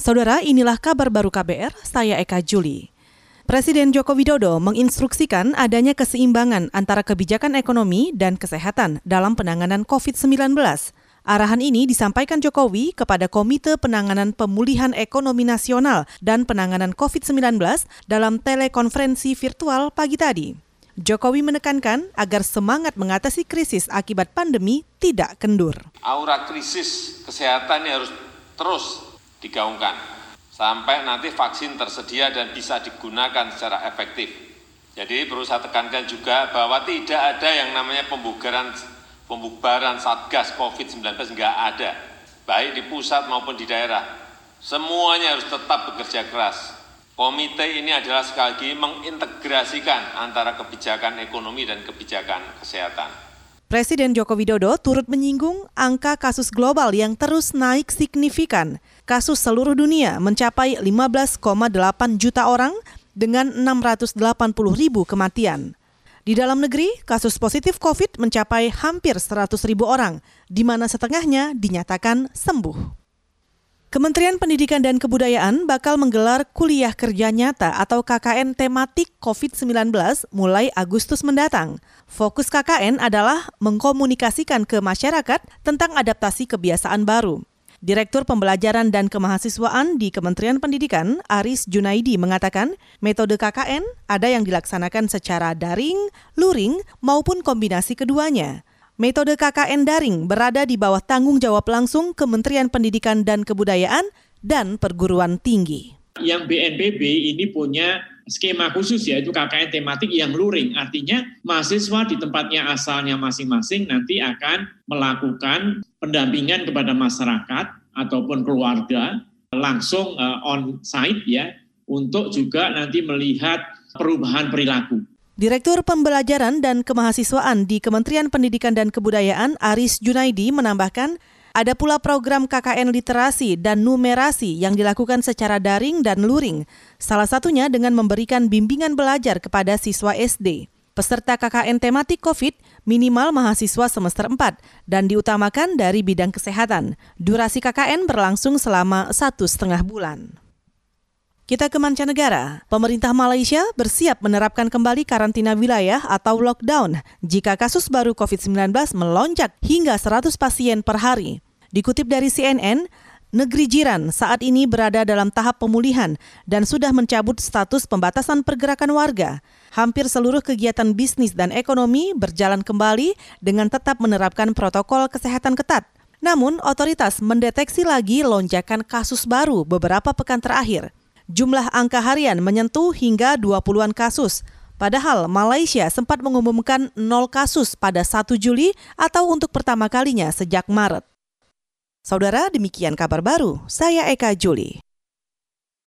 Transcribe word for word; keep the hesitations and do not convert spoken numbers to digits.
Saudara, inilah kabar baru K B R, saya Eka Juli. Presiden Joko Widodo menginstruksikan adanya keseimbangan antara kebijakan ekonomi dan kesehatan dalam penanganan covid sembilan belas. Arahan ini disampaikan Jokowi kepada Komite Penanganan Pemulihan Ekonomi Nasional dan Penanganan covid sembilan belas dalam telekonferensi virtual pagi tadi. Jokowi menekankan agar semangat mengatasi krisis akibat pandemi tidak kendur. Aura krisis kesehatan ini harus terus digaungkan sampai nanti vaksin tersedia dan bisa digunakan secara efektif. Jadi perlu saya tekankan juga bahwa tidak ada yang namanya pembubaran pembubaran Satgas covid sembilan belas, nggak ada. Baik di pusat maupun di daerah. Semuanya harus tetap bekerja keras. Komite ini adalah sekali lagi mengintegrasikan antara kebijakan ekonomi dan kebijakan kesehatan. Presiden Joko Widodo turut menyinggung angka kasus global yang terus naik signifikan. Kasus seluruh dunia mencapai lima belas koma delapan juta orang dengan enam ratus delapan puluh ribu kematian. Di dalam negeri, kasus positif COVID mencapai hampir seratus ribu orang, di mana setengahnya dinyatakan sembuh. Kementerian Pendidikan dan Kebudayaan bakal menggelar kuliah kerja nyata atau K K N tematik covid sembilan belas mulai Agustus mendatang. Fokus K K N adalah mengkomunikasikan ke masyarakat tentang adaptasi kebiasaan baru. Direktur Pembelajaran dan Kemahasiswaan di Kementerian Pendidikan, Aris Junaidi, mengatakan metode K K N ada yang dilaksanakan secara daring, luring, maupun kombinasi keduanya. Metode K K N daring berada di bawah tanggung jawab langsung Kementerian Pendidikan dan Kebudayaan dan perguruan tinggi. Yang B N P B ini punya skema khusus, yaitu K K N tematik yang luring. Artinya mahasiswa di tempatnya asalnya masing-masing nanti akan melakukan pendampingan kepada masyarakat ataupun keluarga langsung uh, on-site ya, untuk juga nanti melihat perubahan perilaku. Direktur Pembelajaran dan Kemahasiswaan di Kementerian Pendidikan dan Kebudayaan, Aris Junaidi, menambahkan ada pula program K K N literasi dan numerasi yang dilakukan secara daring dan luring, salah satunya dengan memberikan bimbingan belajar kepada siswa S D. Peserta K K N tematik COVID minimal mahasiswa semester empat dan diutamakan dari bidang kesehatan. Durasi K K N berlangsung selama satu setengah bulan. Kita ke mancanegara. Pemerintah Malaysia bersiap menerapkan kembali karantina wilayah atau lockdown jika kasus baru covid sembilan belas melonjak hingga seratus pasien per hari. Dikutip dari C N N, negeri jiran saat ini berada dalam tahap pemulihan dan sudah mencabut status pembatasan pergerakan warga. Hampir seluruh kegiatan bisnis dan ekonomi berjalan kembali dengan tetap menerapkan protokol kesehatan ketat. Namun, otoritas mendeteksi lagi lonjakan kasus baru beberapa pekan terakhir. Jumlah angka harian menyentuh hingga dua puluhan kasus. Padahal Malaysia sempat mengumumkan nol kasus pada satu Juli atau untuk pertama kalinya sejak Maret. Saudara, demikian kabar baru. Saya Eka Juli.